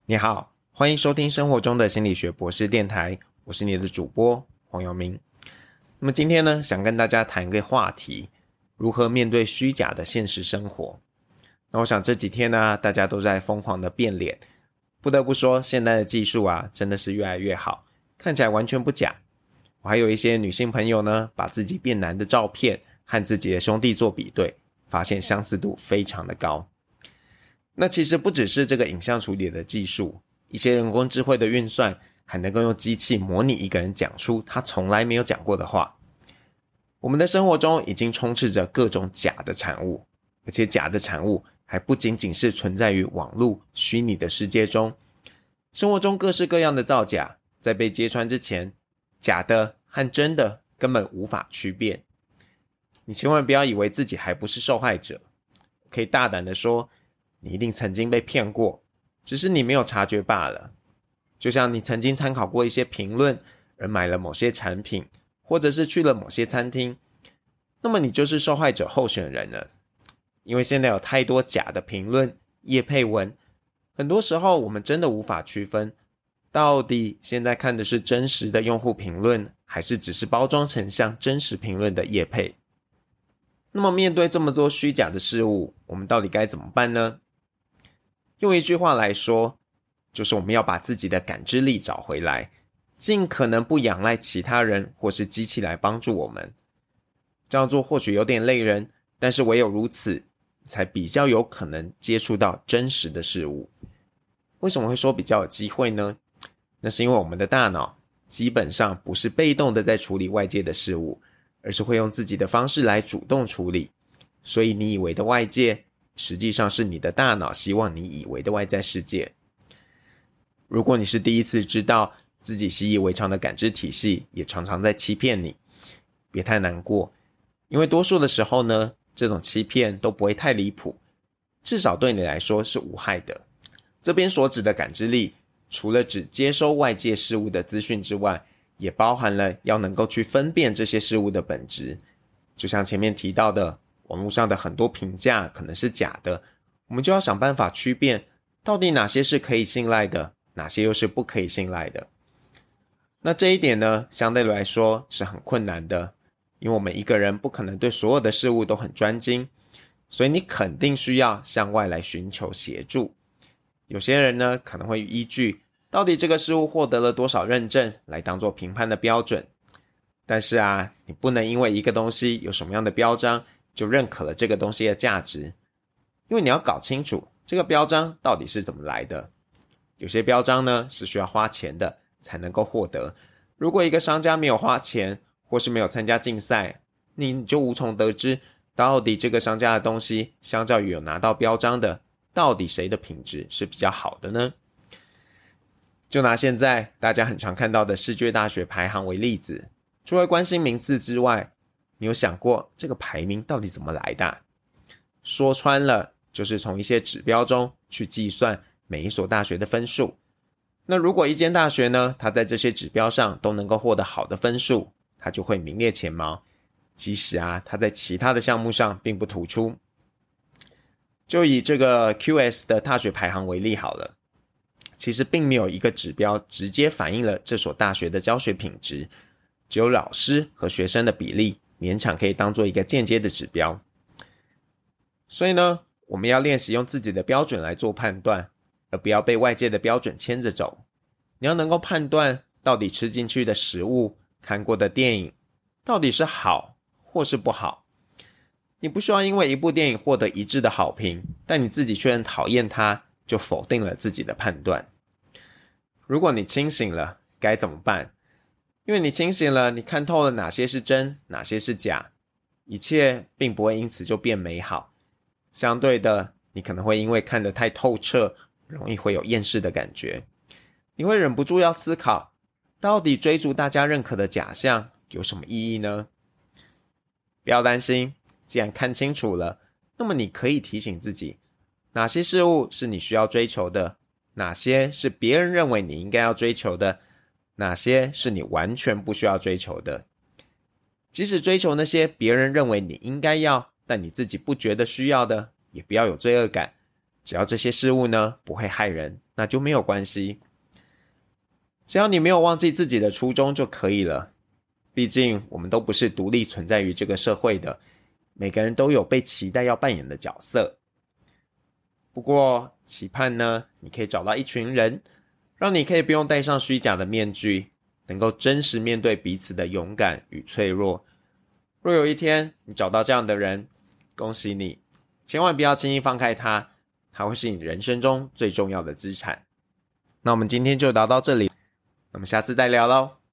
你好，欢迎收听生活中的心理学博士电台，我是你的主播黄阳明。那么今天呢，想跟大家谈一个话题，如何面对虚假的现实生活。那我想这几天呢，大家都在疯狂的变脸，不得不说现在的技术真的是越来越好，看起来完全不假。我还有一些女性朋友呢，把自己变男的照片和自己的兄弟做比对，发现相似度非常的高。那其实不只是这个影像处理的技术，一些人工智慧的运算还能够用机器模拟一个人讲出他从来没有讲过的话。我们的生活中已经充斥着各种假的产物，而且假的产物还不仅仅是存在于网络虚拟的世界中，生活中各式各样的造假，在被揭穿之前，假的和真的根本无法区辨。你千万不要以为自己还不是受害者，可以大胆的说，你一定曾经被骗过，只是你没有察觉罢了。就像你曾经参考过一些评论而买了某些产品，或者是去了某些餐厅，那么你就是受害者候选人了。因为现在有太多假的评论、业配文，很多时候我们真的无法区分，到底现在看的是真实的用户评论，还是只是包装成像真实评论的业配。那么面对这么多虚假的事物，我们到底该怎么办呢？用一句话来说，就是我们要把自己的感知力找回来，尽可能不仰赖其他人或是机器来帮助我们。这样做或许有点累人，但是唯有如此，才比较有可能接触到真实的事物。为什么会说比较有机会呢？那是因为我们的大脑基本上不是被动的在处理外界的事物，而是会用自己的方式来主动处理。所以你以为的外界，实际上是你的大脑希望你以为的外在世界。如果你是第一次知道自己习以为常的感知体系也常常在欺骗你，别太难过，因为多数的时候呢，这种欺骗都不会太离谱，至少对你来说是无害的。这边所指的感知力，除了指接收外界事物的资讯之外，也包含了要能够去分辨这些事物的本质。就像前面提到的，网络上的很多评价可能是假的，我们就要想办法区辨到底哪些是可以信赖的，哪些又是不可以信赖的。那这一点呢，相对来说是很困难的，因为我们一个人不可能对所有的事物都很专精，所以你肯定需要向外来寻求协助。有些人呢，可能会依据到底这个事物获得了多少认证来当做评判的标准。但是你不能因为一个东西有什么样的标章，就认可了这个东西的价值，因为你要搞清楚这个标章到底是怎么来的。有些标章呢是需要花钱的才能够获得，如果一个商家没有花钱，或是没有参加竞赛，你就无从得知到底这个商家的东西相较于有拿到标章的，到底谁的品质是比较好的呢？就拿现在大家很常看到的世界大学排行为例子，除了关心名次之外，你有想过这个排名到底怎么来的？说穿了，就是从一些指标中去计算每一所大学的分数。那如果一间大学呢，它在这些指标上都能够获得好的分数，它就会名列前茅，即使它在其他的项目上并不突出。就以这个 QS 的大学排行为例好了，其实并没有一个指标直接反映了这所大学的教学品质，只有老师和学生的比例勉强可以当做一个间接的指标。所以呢，我们要练习用自己的标准来做判断，而不要被外界的标准牵着走。你要能够判断到底吃进去的食物、看过的电影到底是好或是不好。你不需要因为一部电影获得一致的好评，但你自己却很讨厌它，就否定了自己的判断。如果你清醒了，该怎么办？因为你清醒了，你看透了哪些是真，哪些是假，一切并不会因此就变美好。相对的，你可能会因为看得太透彻，容易会有厌世的感觉。你会忍不住要思考，到底追逐大家认可的假象有什么意义呢？不要担心，既然看清楚了，那么你可以提醒自己，哪些事物是你需要追求的，哪些是别人认为你应该要追求的，哪些是你完全不需要追求的。即使追求那些别人认为你应该要，但你自己不觉得需要的，也不要有罪恶感。 只要这些事物呢不会害人，那就没有关系。只要你没有忘记自己的初衷就可以了。毕竟我们都不是独立存在于这个社会的，每个人都有被期待要扮演的角色。不过期盼呢，你可以找到一群人，让你可以不用戴上虚假的面具，能够真实面对彼此的勇敢与脆弱。若有一天你找到这样的人，恭喜你，千万不要轻易放开他，他会是你人生中最重要的资产。那我们今天就聊到这里，我们下次再聊咯。